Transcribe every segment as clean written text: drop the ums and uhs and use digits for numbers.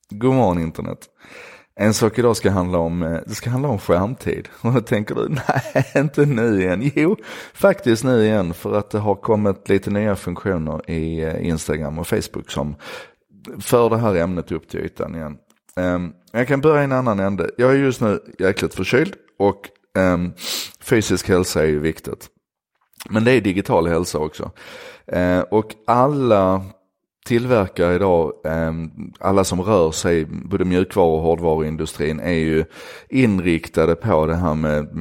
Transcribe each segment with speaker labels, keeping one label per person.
Speaker 1: God morgon internet. En sak idag ska handla om skärmtid. Och då tänker du, nej inte nu igen. Jo, faktiskt nu igen, för att det har kommit lite nya funktioner i Instagram och Facebook som för det här ämnet upp till ytan igen. Jag kan börja i en annan ände. Jag är just nu jäkligt förkyld och fysisk hälsa är ju viktigt. Men det är digital hälsa också. Och alla tillverkare idag, alla som rör sig, både mjukvaru- och hårdvaruindustrin, är ju inriktade på det här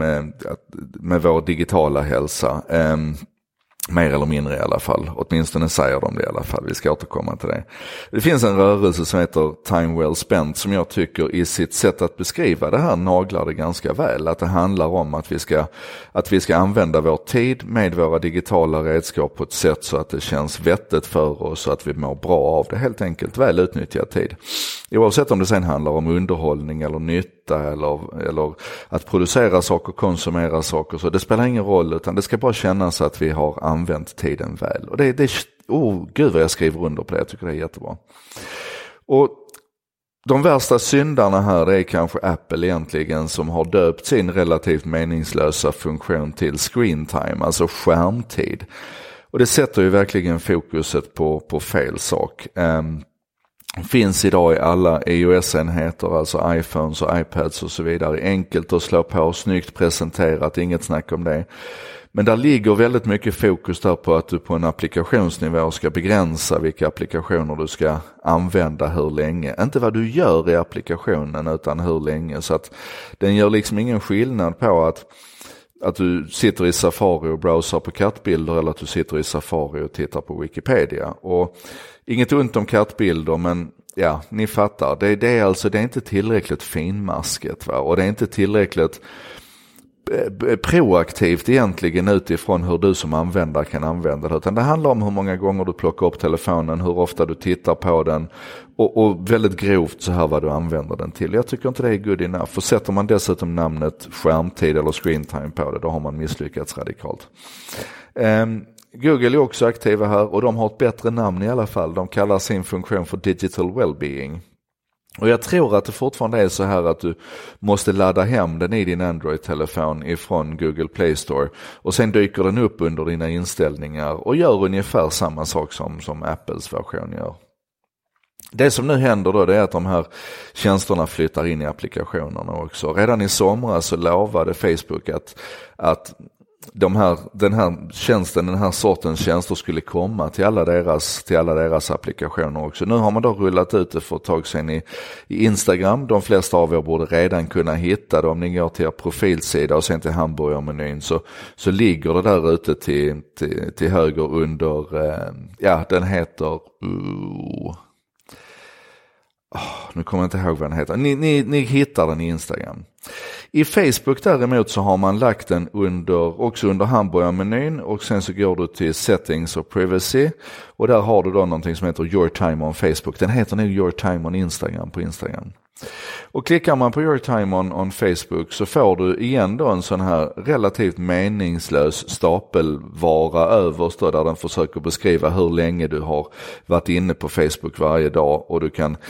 Speaker 1: med vår digitala hälsa. Mer eller mindre i alla fall. Åtminstone säger de det i alla fall. Vi ska återkomma till det. Det finns en rörelse som heter Time Well Spent som jag tycker i sitt sätt att beskriva det här naglar det ganska väl. Att det handlar om att vi ska använda vår tid med våra digitala redskap på ett sätt så att det känns vettigt för oss så att vi mår bra av det. Helt enkelt väl utnyttjad tid. Oavsett om det sen handlar om underhållning eller nytta eller att producera saker, konsumera saker, så det spelar ingen roll, utan det ska bara kännas att vi har använt tiden väl. Och gud vad jag skriver under på det, jag tycker det är jättebra. Och de värsta syndarna här, det är kanske Apple egentligen, som har döpt sin relativt meningslösa funktion till screen time, alltså skärmtid. Och det sätter ju verkligen fokuset på fel sak. Finns idag i alla iOS-enheter, alltså iPhones och iPads och så vidare. Enkelt att slå på, snyggt presenterat, inget snack om det. Men där ligger väldigt mycket fokus där på att du på en applikationsnivå ska begränsa vilka applikationer du ska använda hur länge. Inte vad du gör i applikationen utan hur länge. Så att den gör liksom ingen skillnad på att du sitter i Safari och browsar på kattbilder eller att du sitter i Safari och tittar på Wikipedia. Och inget ont om kattbilder, men ja, ni fattar. Det är inte tillräckligt finmasket, va? Och det är inte tillräckligt proaktivt egentligen utifrån hur du som användare kan använda det, utan det handlar om hur många gånger du plockar upp telefonen, hur ofta du tittar på den och väldigt grovt så här vad du använder den till. Jag tycker inte det är good enough. För sätter man dessutom namnet skärmtid eller screen time på det, då har man misslyckats radikalt. Google är också aktiva här och de har ett bättre namn i alla fall. De kallar sin funktion för Digital Wellbeing. Och jag tror att det fortfarande är så här att du måste ladda hem den i din Android-telefon ifrån Google Play Store. Och sen dyker den upp under dina inställningar och gör ungefär samma sak som Apples version gör. Det som nu händer då, det är att de här tjänsterna flyttar in i applikationerna också. Redan i somras så lovade Facebook att den här sortens tjänster skulle komma till alla deras applikationer också. Nu har man då rullat ut det för ett tag sedan i Instagram. De flesta av er borde redan kunna hitta det om ni går till er profilsida och sen till hamburgermenyn så ligger det där ute till höger under, den heter nu kommer jag inte ihåg vad den heter. Ni hittar den i Instagram. I Facebook däremot så har man lagt den också under hamburgermenyn och sen så går du till settings och privacy och där har du då någonting som heter Your Time on Facebook. Den heter nu Your Time on Instagram på Instagram. Och klickar man på Your Time on Facebook så får du igen då en sån här relativt meningslös stapelvara överst då, där den försöker beskriva hur länge du har varit inne på Facebook varje dag och du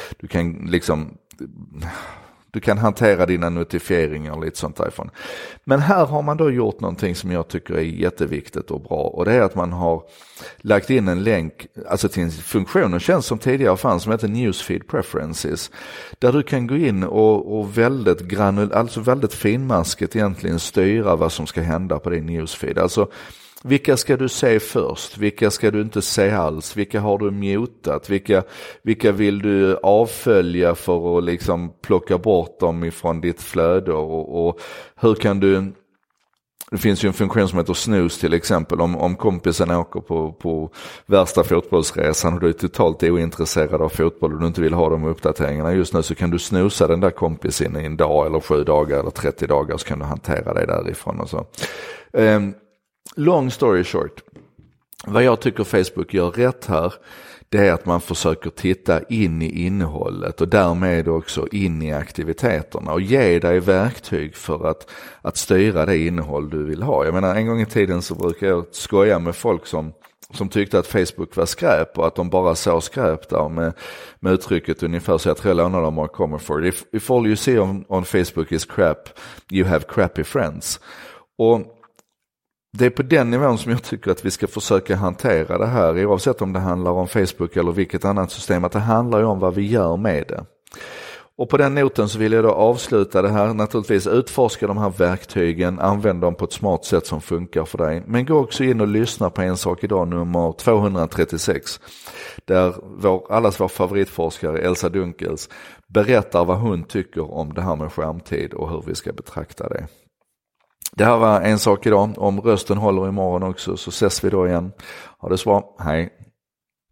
Speaker 1: kan hantera dina notifieringar och lite sånt därifrån. Men här har man då gjort någonting som jag tycker är jätteviktigt och bra. Och det är att man har lagt in en länk till en funktion som tidigare fanns som heter Newsfeed Preferences. Där du kan gå in och väldigt finmasket egentligen styra vad som ska hända på din newsfeed. Alltså vilka ska du se först? Vilka ska du inte se alls? Vilka har du mutat? Vilka vill du avfölja för att liksom plocka bort dem ifrån ditt flöde? Och hur kan du... Det finns ju en funktion som heter snooze till exempel. Om kompisen åker på värsta fotbollsresan och du är totalt ointresserad av fotboll och du inte vill ha de uppdateringarna just nu, så kan du snooza den där kompisen i en dag eller 7 dagar eller 30 dagar, så kan du hantera det därifrån och så. Long story short, vad jag tycker Facebook gör rätt här, det är att man försöker titta in i innehållet och därmed också in i aktiviteterna och ge dig verktyg för att styra det innehåll du vill ha. Jag menar, en gång i tiden så brukar jag skoja med folk som som tyckte att Facebook var skräp och att de bara såg skräp där med uttrycket ungefär så jag tror jag lånar dem Mark Comerford. If all you see on Facebook is crap, you have crappy friends. Och det är på den nivån som jag tycker att vi ska försöka hantera det här, oavsett om det handlar om Facebook eller vilket annat system, att det handlar ju om vad vi gör med det. Och på den noten så vill jag då avsluta det här, naturligtvis utforska de här verktygen, använd dem på ett smart sätt som funkar för dig. Men gå också in och lyssna på En sak idag nummer 236, där allas vår favoritforskare Elsa Dunkels berättar vad hon tycker om det här med skärmtid och hur vi ska betrakta det. Det här var En sak idag. Om rösten håller imorgon också så ses vi då igen. Ha det så bra. Hej.